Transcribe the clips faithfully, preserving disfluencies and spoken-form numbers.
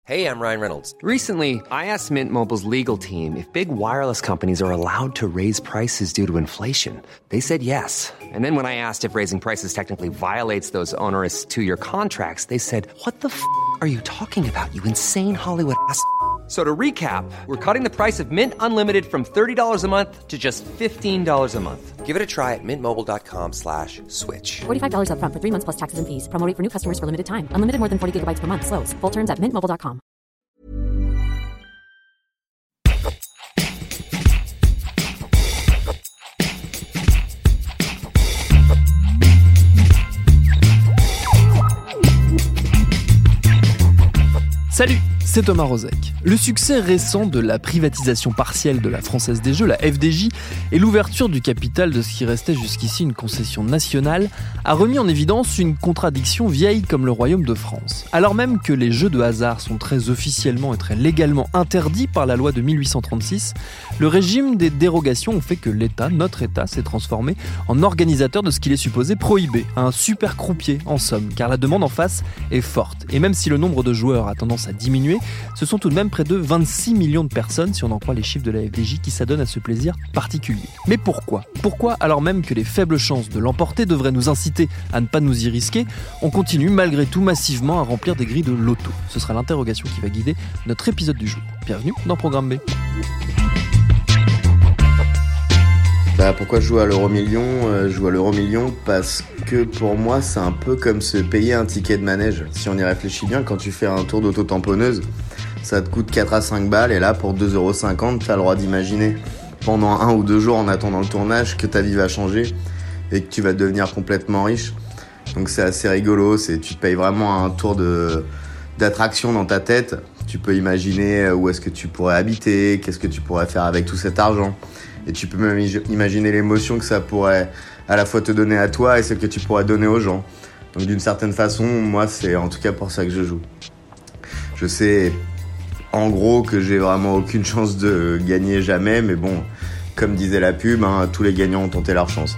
Hey, I'm Ryan Reynolds. Recently, I asked Mint Mobile's legal team if big wireless companies are allowed to raise prices due to inflation. They said yes. And then when I asked if raising prices technically violates those onerous two-year contracts, they said, what the f*** are you talking about, you insane Hollywood ass f- So to recap, we're cutting the price of Mint Unlimited from thirty dollars a month to just fifteen dollars a month. Give it a try at mintmobile.com slash switch. forty-five dollars up front for three months plus taxes and fees. Promo rate for new customers for limited time. Unlimited more than forty gigabytes per month. Slows full terms at mint mobile dot com. Salut, c'est Thomas Rozek. Le succès récent de la privatisation partielle de la Française des Jeux, la F D J, et l'ouverture du capital de ce qui restait jusqu'ici une concession nationale a remis en évidence une contradiction vieille comme le Royaume de France. Alors même que les jeux de hasard sont très officiellement et très légalement interdits par la loi de mille huit cent trente-six, le régime des dérogations ont fait que l'État, notre État, s'est transformé en organisateur de ce qu'il est supposé prohiber, un super croupier en somme, car la demande en face est forte. Et même si le nombre de joueurs a tendance à diminuer, ce sont tout de même près de vingt-six millions de personnes, si on en croit les chiffres de la F D J, qui s'adonnent à ce plaisir particulier. Mais pourquoi ? Pourquoi, alors même que les faibles chances de l'emporter devraient nous inciter à ne pas nous y risquer, on continue malgré tout massivement à remplir des grilles de loto ? Ce sera l'interrogation qui va guider notre épisode du jour. Bienvenue dans Programme B. Bah, pourquoi je joue à l'euro million ? euh, Je joue à l'euro million parce que pour moi c'est un peu comme se payer un ticket de manège. Si on y réfléchit bien, quand tu fais un tour d'auto-tamponneuse, ça te coûte quatre à cinq balles et là pour deux euros cinquante, t'as le droit d'imaginer pendant un ou deux jours en attendant le tournage que ta vie va changer et que tu vas devenir complètement riche. Donc c'est assez rigolo, c'est, tu te payes vraiment un tour de, d'attraction dans ta tête. Tu peux imaginer où est-ce que tu pourrais habiter, qu'est-ce que tu pourrais faire avec tout cet argent. Et tu peux même imaginer l'émotion que ça pourrait à la fois te donner à toi et celle que tu pourrais donner aux gens. Donc d'une certaine façon, moi c'est en tout cas pour ça que je joue. Je sais en gros que j'ai vraiment aucune chance de gagner jamais, mais bon, comme disait la pub, hein, tous les gagnants ont tenté leur chance.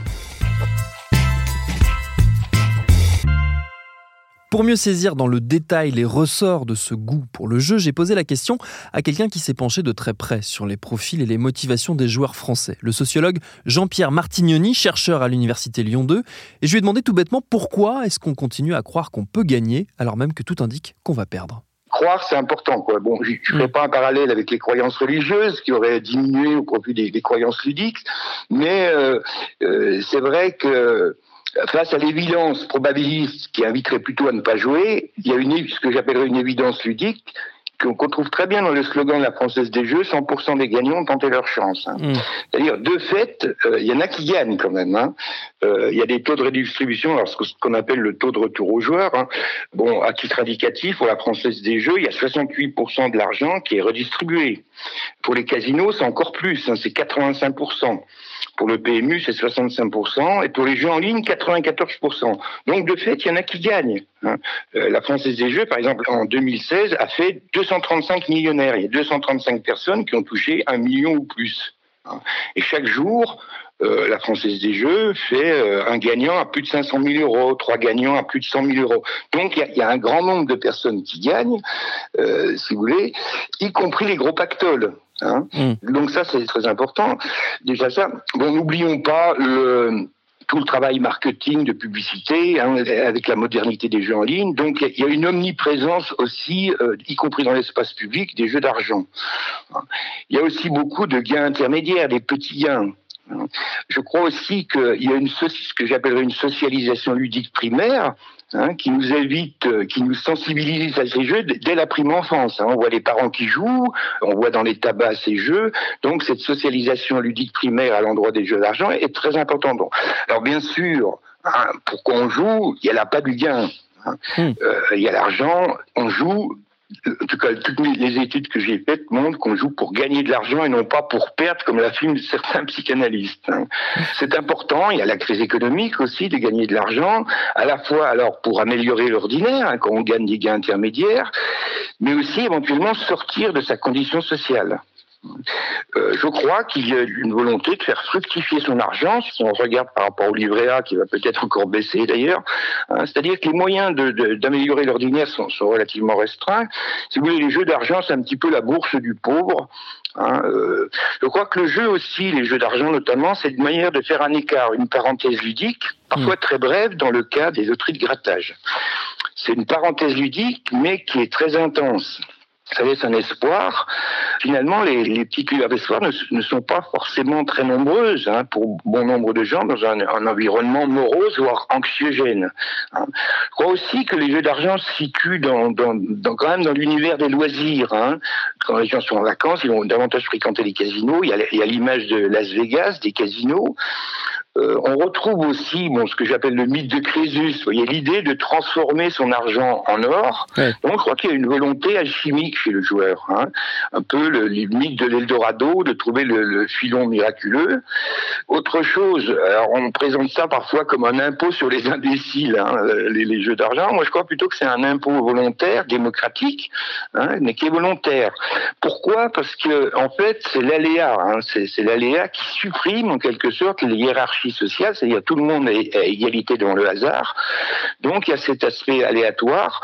Pour mieux saisir dans le détail les ressorts de ce goût pour le jeu, j'ai posé la question à quelqu'un qui s'est penché de très près sur les profils et les motivations des joueurs français, le sociologue Jean-Pierre Martignoni, chercheur à l'université Lyon deux, et je lui ai demandé tout bêtement pourquoi est-ce qu'on continue à croire qu'on peut gagner alors même que tout indique qu'on va perdre. Croire, c'est important, quoi. Bon, je ne ferai pas un parallèle avec les croyances religieuses qui auraient diminué au profit des, des croyances ludiques, mais euh, euh, c'est vrai que face à l'évidence probabiliste qui inviterait plutôt à ne pas jouer, il y a une, ce que j'appellerais une évidence ludique qu'on, qu'on trouve très bien dans le slogan de la Française des Jeux, cent pour cent des gagnants ont tenté leur chance. Hein. Mmh. C'est-à-dire, de fait, euh, il y en a qui gagnent quand même. Hein. Euh, il y a des taux de redistribution, alors ce qu'on appelle le taux de retour aux joueurs. Hein. Bon, à titre indicatif, pour la Française des Jeux, il y a soixante-huit pour cent de l'argent qui est redistribué. Pour les casinos, c'est encore plus, hein, c'est quatre-vingt-cinq pour cent. Pour le P M U, c'est soixante-cinq pour cent. Et pour les jeux en ligne, quatre-vingt-quatorze pour cent. Donc, de fait, il y en a qui gagnent. Hein. Euh, la Française des Jeux, par exemple, en deux mille seize, a fait deux cent trente-cinq millionnaires. Il y a deux cent trente-cinq personnes qui ont touché un million ou plus. Hein. Et chaque jour, euh, la Française des Jeux fait euh, un gagnant à plus de cinq cent mille euros, trois gagnants à plus de cent mille euros. Donc, il y, y a un grand nombre de personnes qui gagnent, euh, si vous voulez, y compris les gros pactoles. Hein. Mmh. Donc ça, c'est très important. Déjà ça. Bon, n'oublions pas le, tout le travail marketing, de publicité, hein, avec la modernité des jeux en ligne. Donc il y a une omniprésence aussi, euh, y compris dans l'espace public, des jeux d'argent. Il y a aussi beaucoup de gains intermédiaires, des petits gains. Je crois aussi qu'il y a une ce que j'appellerais une socialisation ludique primaire, hein, qui nous évite, qui nous sensibilise à ces jeux dès la prime enfance. Hein. On voit les parents qui jouent, on voit dans les tabacs ces jeux. Donc cette socialisation ludique primaire à l'endroit des jeux d'argent est très importante. Bon. Alors bien sûr, hein, pour qu'on joue, il n'y a pas du gain. Hein. Mmh. Euh, il y a l'argent, on joue. En tout cas, toutes les études que j'ai faites montrent qu'on joue pour gagner de l'argent et non pas pour perdre, comme l'affirment certains psychanalystes. C'est important. Il y a la crise économique aussi de gagner de l'argent, à la fois alors pour améliorer l'ordinaire, hein, quand on gagne des gains intermédiaires, mais aussi éventuellement sortir de sa condition sociale. Euh, je crois qu'il y a une volonté de faire fructifier son argent, si on regarde par rapport au livret A, qui va peut-être encore baisser d'ailleurs, hein, c'est-à-dire que les moyens de, de, d'améliorer l'ordinaire sont, sont relativement restreints. Si vous voulez, les jeux d'argent, c'est un petit peu la bourse du pauvre. Hein, euh, je crois que le jeu aussi, les jeux d'argent notamment, c'est une manière de faire un écart, une parenthèse ludique, parfois mmh. très brève dans le cas des loteries de grattage. C'est une parenthèse ludique, mais qui est très intense. Ça laisse un espoir. Finalement, les, les petites lueurs d'espoir ne, ne sont pas forcément très nombreuses hein, pour bon nombre de gens dans un, un environnement morose, voire anxiogène. Hein. Je crois aussi que les jeux d'argent se situent dans, dans, dans, quand même dans l'univers des loisirs. Hein. Quand les gens sont en vacances, ils vont davantage fréquenter les casinos. Il y a, il y a l'image de Las Vegas, des casinos. Euh, on retrouve aussi bon, ce que j'appelle le mythe de Crésus, vous voyez, l'idée de transformer son argent en or. Ouais. Donc je crois qu'il y a une volonté alchimique chez le joueur, hein. Un peu le, le mythe de l'Eldorado, de trouver le, le filon miraculeux. Autre chose, alors on présente ça parfois comme un impôt sur les imbéciles, hein, les, les jeux d'argent. Moi je crois plutôt que c'est un impôt volontaire, démocratique, hein, mais qui est volontaire. Pourquoi ? Parce que en fait c'est l'aléa, hein, c'est, c'est l'aléa qui supprime en quelque sorte les hiérarchies sociale, c'est-à-dire tout le monde est à égalité devant le hasard. Donc il y a cet aspect aléatoire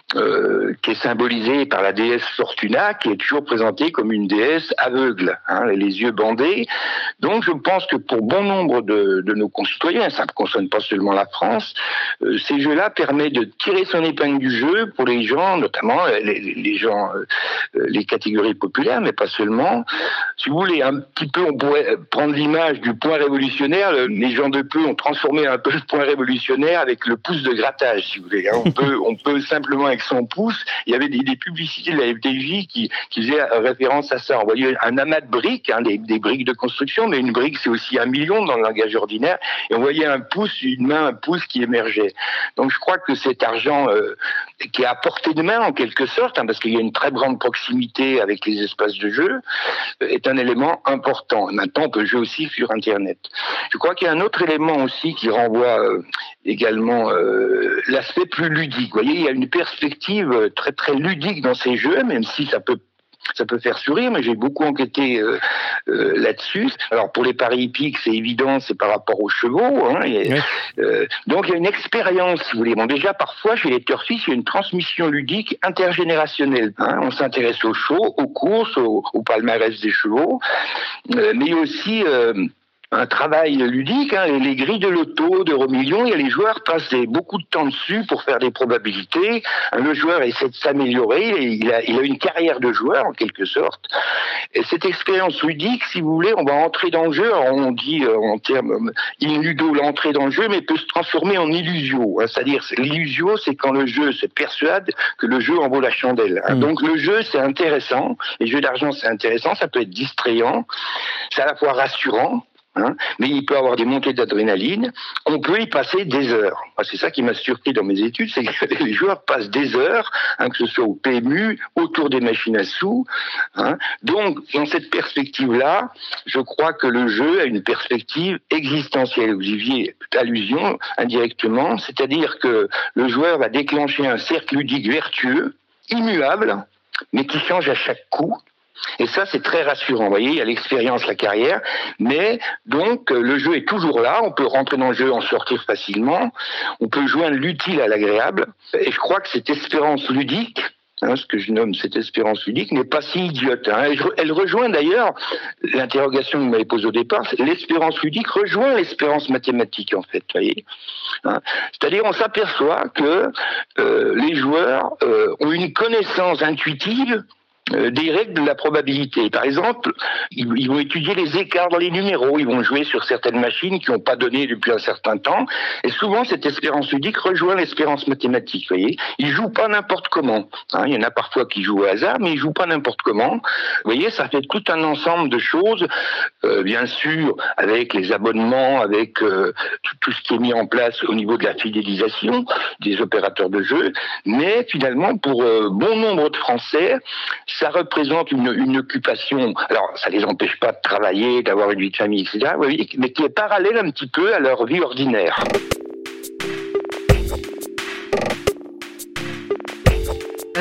euh, qui est symbolisé par la déesse Fortuna, qui est toujours présentée comme une déesse aveugle, hein, les yeux bandés. Donc je pense que pour bon nombre de, de nos concitoyens, ça ne concerne pas seulement la France, euh, ces jeux-là permettent de tirer son épingle du jeu pour les gens, notamment les, les gens, euh, les catégories populaires, mais pas seulement. Si vous voulez, un petit peu, on pourrait prendre l'image du point révolutionnaire. Les gens de peu ont transformé un peu le point révolutionnaire avec le pouce de grattage, si vous voulez. On peut, on peut simplement avec son pouce. Il y avait des, des publicités de la F D J qui, qui faisaient référence à ça. On voyait un amas de briques, hein, des, des briques de construction, mais une brique c'est aussi un million dans le langage ordinaire. Et on voyait un pouce, une main, un pouce qui émergeait. Donc je crois que cet argent euh, qui est à portée de main en quelque sorte, hein, parce qu'il y a une très grande proximité avec les espaces de jeu, euh, est un élément important. Maintenant, on peut jouer aussi sur Internet. Je crois qu'il y a un autre élément aussi qui renvoie euh, également euh, l'aspect plus ludique. Vous voyez, il y a une perspective très très ludique dans ces jeux, même si ça peut ça peut faire sourire, mais j'ai beaucoup enquêté euh, euh, là-dessus. Alors pour les paris hippiques, c'est évident, c'est par rapport aux chevaux. Hein, et, oui. euh, donc il y a une expérience, si vous voulez. Bon, déjà parfois chez les turfistes, il y a une transmission ludique intergénérationnelle. Hein, on s'intéresse aux chevaux, aux courses, au, au palmarès des chevaux, euh, mais aussi euh, un travail ludique, hein, les grilles de loto, d'Euro Million, il y a les joueurs passent des, beaucoup de temps dessus pour faire des probabilités. Le joueur essaie de s'améliorer, il a, il a une carrière de joueur en quelque sorte. Et cette expérience ludique, si vous voulez, on va entrer dans le jeu. Alors, on dit euh, en termes in ludo, l'entrée dans le jeu, mais peut se transformer en illusio. Hein, c'est-à-dire, l'illusio, c'est quand le jeu se persuade que le jeu en vaut la chandelle. Hein. Mmh. Donc le jeu, c'est intéressant. Les jeux d'argent, c'est intéressant. Ça peut être distrayant. C'est à la fois rassurant. Hein, mais il peut avoir des montées d'adrénaline, on peut y passer des heures. C'est ça qui m'a surpris dans mes études, c'est que les joueurs passent des heures, hein, que ce soit au P M U, autour des machines à sous. Hein. Donc, dans cette perspective-là, je crois que le jeu a une perspective existentielle. Vous y faisiez allusion indirectement, c'est-à-dire que le joueur va déclencher un cercle ludique vertueux, immuable, mais qui change à chaque coup. Et ça, c'est très rassurant. Vous voyez, il y a l'expérience, la carrière, mais donc le jeu est toujours là. On peut rentrer dans le jeu, en sortir facilement. On peut joindre l'utile à l'agréable. Et je crois que cette espérance ludique, hein, ce que je nomme cette espérance ludique, n'est pas si idiote. Hein. Elle, elle rejoint d'ailleurs l'interrogation que vous m'avez posée au départ. L'espérance ludique rejoint l'espérance mathématique, en fait. Vous voyez, hein. C'est-à-dire, on s'aperçoit que euh, les joueurs euh, ont une connaissance intuitive des règles de la probabilité. Par exemple, ils vont étudier les écarts dans les numéros, ils vont jouer sur certaines machines qui n'ont pas donné depuis un certain temps, et souvent cette espérance ludique rejoint l'espérance mathématique, vous voyez. Ils jouent pas n'importe comment. Hein, il y en a parfois qui jouent au hasard, mais ils jouent pas n'importe comment. Vous voyez, ça fait tout un ensemble de choses, euh, bien sûr, avec les abonnements, avec euh, tout, tout ce qui est mis en place au niveau de la fidélisation des opérateurs de jeu, mais finalement, pour euh, bon nombre de Français, ça représente une, une occupation, alors ça les empêche pas de travailler, d'avoir une vie de famille, et cetera, oui, mais qui est parallèle un petit peu à leur vie ordinaire.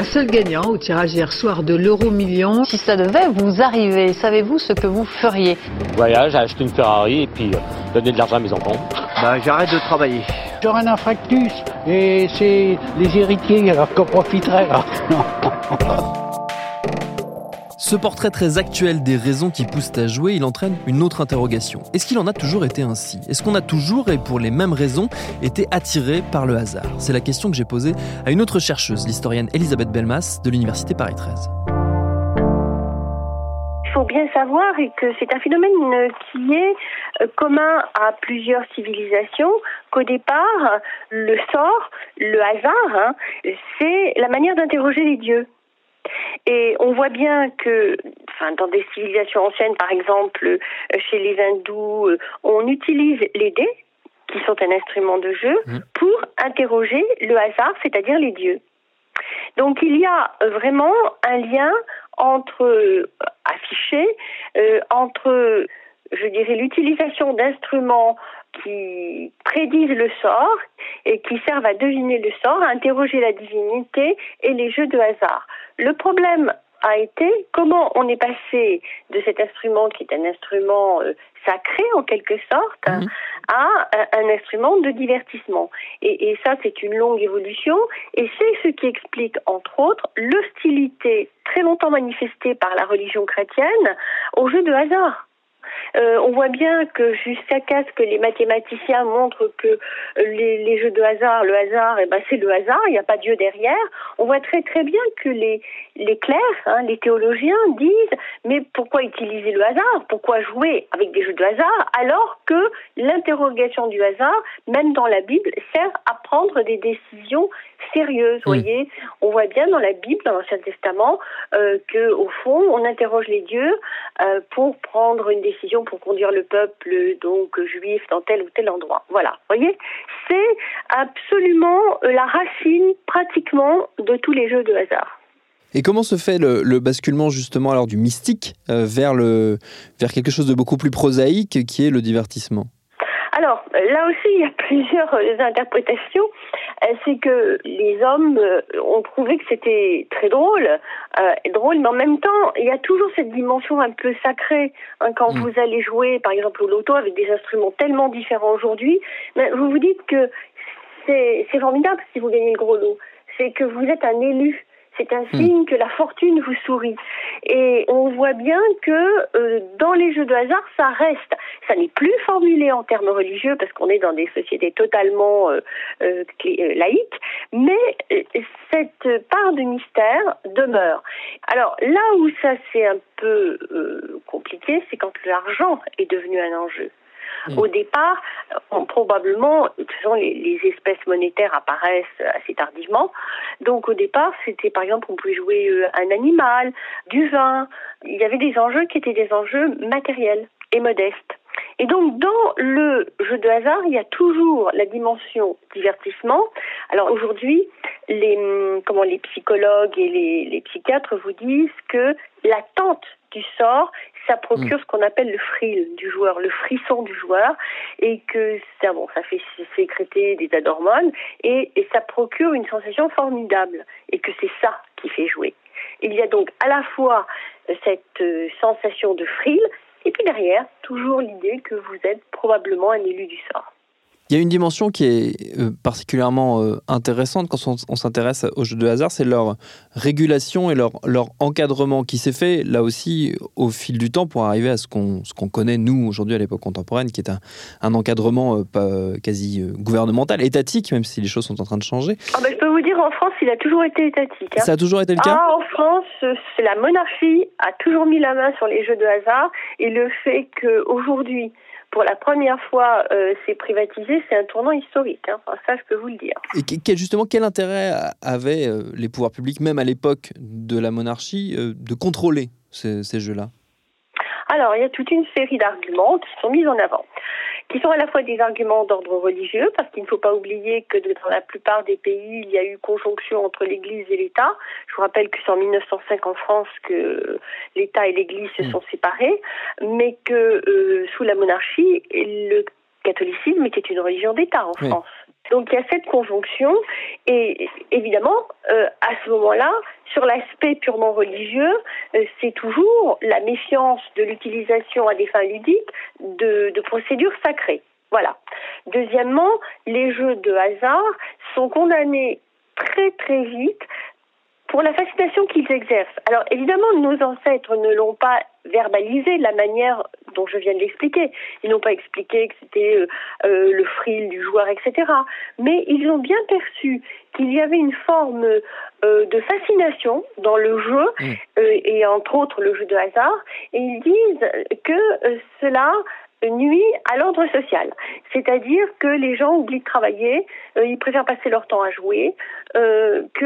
Un seul gagnant au tirage hier soir de l'euro million. Si ça devait vous arriver, savez-vous ce que vous feriez? Voyage, acheter une Ferrari et puis euh, donner de l'argent à mes enfants. Bah, j'arrête de travailler. J'aurai un infarctus et c'est les héritiers alors qu'on profiterait. Ce portrait très actuel des raisons qui poussent à jouer, il entraîne une autre interrogation. Est-ce qu'il en a toujours été ainsi ? Est-ce qu'on a toujours, et pour les mêmes raisons, été attiré par le hasard ? C'est la question que j'ai posée à une autre chercheuse, l'historienne Elisabeth Belmas de l'Université Paris treize. Il faut bien savoir que c'est un phénomène qui est commun à plusieurs civilisations, qu'au départ, le sort, le hasard, hein, c'est la manière d'interroger les dieux. Et on voit bien que, enfin, dans des civilisations anciennes, par exemple, chez les hindous, on utilise les dés, qui sont un instrument de jeu, pour interroger le hasard, c'est-à-dire les dieux. Donc il y a vraiment un lien entre, euh, affiché, euh, entre, je dirais, l'utilisation d'instruments qui prédisent le sort et qui servent à deviner le sort, à interroger la divinité et les jeux de hasard. Le problème a été comment on est passé de cet instrument qui est un instrument euh, sacré en quelque sorte mmh. à un, un instrument de divertissement. Et, et ça, c'est une longue évolution et c'est ce qui explique, entre autres, l'hostilité très longtemps manifestée par la religion chrétienne aux jeux de hasard. Euh, on voit bien que jusqu'à ce que les mathématiciens montrent que les, les jeux de hasard, le hasard, eh ben c'est le hasard, il n'y a pas Dieu derrière. On voit très très bien que les, les clercs, hein, les théologiens disent mais pourquoi utiliser le hasard ? Pourquoi jouer avec des jeux de hasard alors que l'interrogation du hasard, même dans la Bible, sert à prendre des décisions sérieuses. Mmh. Vous voyez, on voit bien dans la Bible, dans l'Ancien Testament, euh, que au fond, on interroge les dieux euh, pour prendre une décision pour conduire le peuple donc juif dans tel ou tel endroit. Voilà, vous voyez, c'est absolument la racine pratiquement de tous les jeux de hasard. Et comment se fait le, le basculement justement alors du mystique euh, vers le vers quelque chose de beaucoup plus prosaïque qui est le divertissement ? Alors, là aussi, il y a plusieurs interprétations. C'est que les hommes ont trouvé que c'était très drôle, euh, drôle, mais en même temps, il y a toujours cette dimension un peu sacrée. Hein, quand mmh. vous allez jouer, par exemple, au loto avec des instruments tellement différents aujourd'hui, mais vous vous dites que c'est, c'est formidable si vous gagnez le gros lot. C'est que vous êtes un élu. C'est un signe que la fortune vous sourit. Et on voit bien que euh, dans les jeux de hasard, ça reste. Ça n'est plus formulé en termes religieux parce qu'on est dans des sociétés totalement euh, euh, laïques, mais euh, cette part de mystère demeure. Alors là où ça c'est un peu euh, compliqué, c'est quand l'argent est devenu un enjeu. Mmh. Au départ, on, probablement, de toute façon, les, les espèces monétaires apparaissent assez tardivement. Donc au départ, c'était par exemple, on pouvait jouer euh, un animal, du vin. Il y avait des enjeux qui étaient des enjeux matériels et modestes. Et donc dans le jeu de hasard, il y a toujours la dimension divertissement. Alors aujourd'hui, les, comment, les psychologues et les, les psychiatres vous disent que l'attente du sort, ça procure mmh. ce qu'on appelle le thrill du joueur, le frisson du joueur, et que ça, bon, ça fait sécréter des hormones, et, et ça procure une sensation formidable, et que c'est ça qui fait jouer. Il y a donc à la fois cette euh, sensation de thrill, et puis derrière, toujours l'idée que vous êtes probablement un élu du sort. Il y a une dimension qui est euh, particulièrement euh, intéressante quand on, on s'intéresse aux jeux de hasard, c'est leur régulation et leur, leur encadrement qui s'est fait là aussi au fil du temps pour arriver à ce qu'on, ce qu'on connaît nous aujourd'hui à l'époque contemporaine, qui est un, un encadrement euh, pas, quasi euh, gouvernemental, étatique, même si les choses sont en train de changer. Ah ben, je peux vous dire, en France, il a toujours été étatique. Hein. Ça a toujours été le cas ? Ah, en France, c'est la monarchie a toujours mis la main sur les jeux de hasard, et le fait qu'aujourd'hui, pour la première fois, euh, c'est privatisé, c'est un tournant historique. Hein. Enfin, ça, je peux vous le dire. Et quel, justement, quel intérêt avaient euh, les pouvoirs publics, même à l'époque de la monarchie, euh, de contrôler ces, ces jeux-là ? Alors, il y a toute une série d'arguments qui sont mis en avant, qui sont à la fois des arguments d'ordre religieux, parce qu'il ne faut pas oublier que dans la plupart des pays, il y a eu conjonction entre l'Église et l'État. Je vous rappelle que c'est en mille neuf cent cinq en France que l'État et l'Église se sont séparés, mais que euh, sous la monarchie, le catholicisme était une religion d'État en France. Oui. Donc il y a cette conjonction et évidemment, euh, à ce moment-là, sur l'aspect purement religieux, euh, c'est toujours la méfiance de l'utilisation à des fins ludiques de, de procédures sacrées. Voilà. Deuxièmement, les jeux de hasard sont condamnés très très vite pour la fascination qu'ils exercent. Alors évidemment, nos ancêtres ne l'ont pas verbalisé de la manière dont je viens de l'expliquer. Ils n'ont pas expliqué que c'était euh, euh, le frill du joueur, et cetera. Mais ils ont bien perçu qu'il y avait une forme euh, de fascination dans le jeu, mmh. euh, et entre autres le jeu de hasard, et ils disent que euh, cela nuit à l'ordre social. C'est-à-dire que les gens oublient de travailler, euh, ils préfèrent passer leur temps à jouer, euh, qu'ils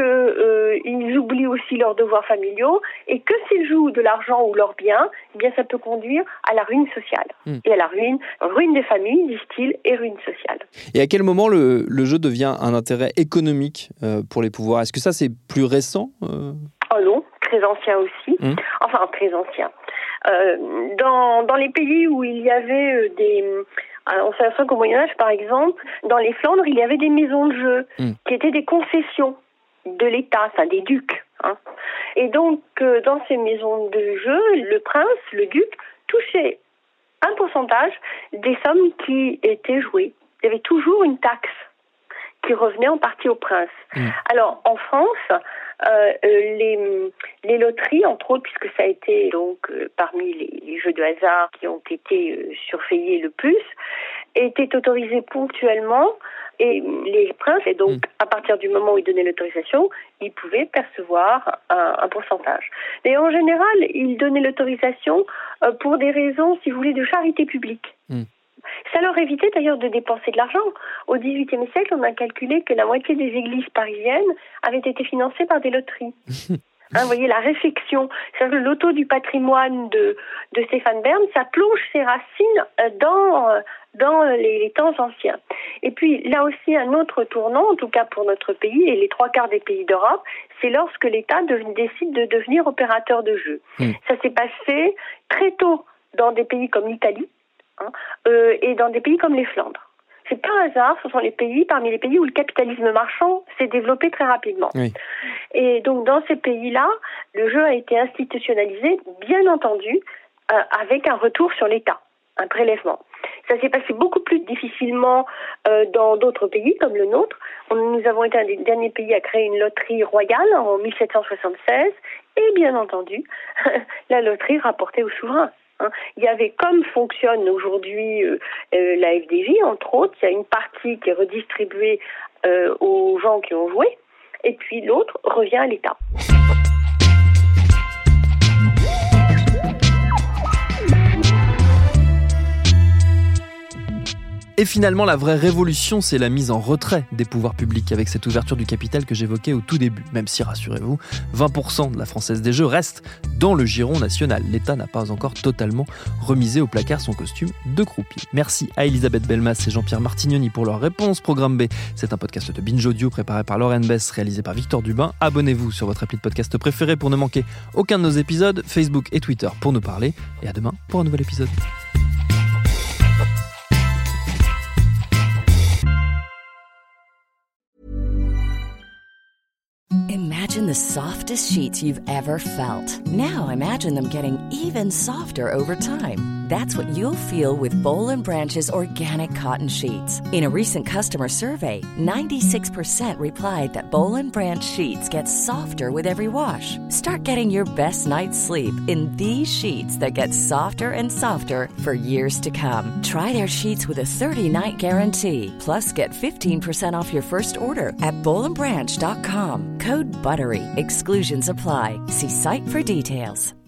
euh, oublient aussi leurs devoirs familiaux, et que s'ils jouent de l'argent ou leurs biens, eh bien ça peut conduire à la ruine sociale. Mmh. Et à la ruine, ruine des familles, disent-ils, et ruine sociale. Et à quel moment le, le jeu devient un intérêt économique euh, pour les pouvoirs ? Est-ce que ça c'est plus récent euh... Oh non, très ancien aussi. Mmh. Enfin, très ancien. Euh, dans, dans les pays où il y avait euh, des... Euh, on s'aperçoit qu'au Moyen-Âge, par exemple, dans les Flandres, il y avait des maisons de jeu mmh. qui étaient des concessions de l'État, enfin des ducs. Hein. Et donc, euh, dans ces maisons de jeu, le prince, le duc, touchait un pourcentage des sommes qui étaient jouées. Il y avait toujours une taxe qui revenait en partie au prince. Mmh. Alors, en France... Euh, les, les loteries, entre autres, puisque ça a été donc euh, parmi les, les jeux de hasard qui ont été euh, surveillés le plus, étaient autorisés ponctuellement et les princes, et donc mmh. à partir du moment où ils donnaient l'autorisation, ils pouvaient percevoir un, un pourcentage. Mais en général, ils donnaient l'autorisation euh, pour des raisons, si vous voulez, de charité publique. Mmh. Ça leur évitait d'ailleurs de dépenser de l'argent. Au dix-huitième siècle, on a calculé que la moitié des églises parisiennes avaient été financées par des loteries. Hein, vous voyez, la réflexion, c'est le loto du patrimoine de, de Stéphane Bern, ça plonge ses racines dans, dans les, les temps anciens. Et puis, là aussi, un autre tournant, en tout cas pour notre pays et les trois quarts des pays d'Europe, c'est lorsque l'État de, décide de devenir opérateur de jeux. Mmh. Ça s'est passé très tôt dans des pays comme l'Italie, Hein, euh, et dans des pays comme les Flandres. C'est pas un hasard, ce sont les pays, parmi les pays où le capitalisme marchand s'est développé très rapidement. Oui. Et donc dans ces pays-là, le jeu a été institutionnalisé, bien entendu, euh, avec un retour sur l'État, un prélèvement. Ça s'est passé beaucoup plus difficilement euh, dans d'autres pays comme le nôtre. On, nous avons été un des derniers pays à créer une loterie royale en dix-sept cent soixante-seize, et bien entendu, la loterie rapportait au souverain. Hein. Il y avait, comme fonctionne aujourd'hui euh, euh, la F D J, entre autres, il y a une partie qui est redistribuée euh, aux gens qui ont joué, et puis l'autre revient à l'État. Et finalement, la vraie révolution, c'est la mise en retrait des pouvoirs publics avec cette ouverture du capital que j'évoquais au tout début. Même si, rassurez-vous, vingt pour cent de la Française des Jeux reste dans le giron national. L'État n'a pas encore totalement remisé au placard son costume de croupier. Merci à Elisabeth Belmas et Jean-Pierre Martignoni pour leur réponse. Programme B, c'est un podcast de Binge Audio préparé par Lauren Bess, réalisé par Victor Dubin. Abonnez-vous sur votre appli de podcast préféré pour ne manquer aucun de nos épisodes, Facebook et Twitter pour nous parler. Et à demain pour un nouvel épisode. Imagine the softest sheets you've ever felt. Now imagine them getting even softer over time. That's what you'll feel with Boll and Branch's organic cotton sheets. In a recent customer survey, ninety-six percent replied that Boll and Branch sheets get softer with every wash. Start getting your best night's sleep in these sheets that get softer and softer for years to come. Try their sheets with a thirty-night guarantee. Plus, get fifteen percent off your first order at boll and branch dot com. Code BUTTERY. Exclusions apply. See site for details.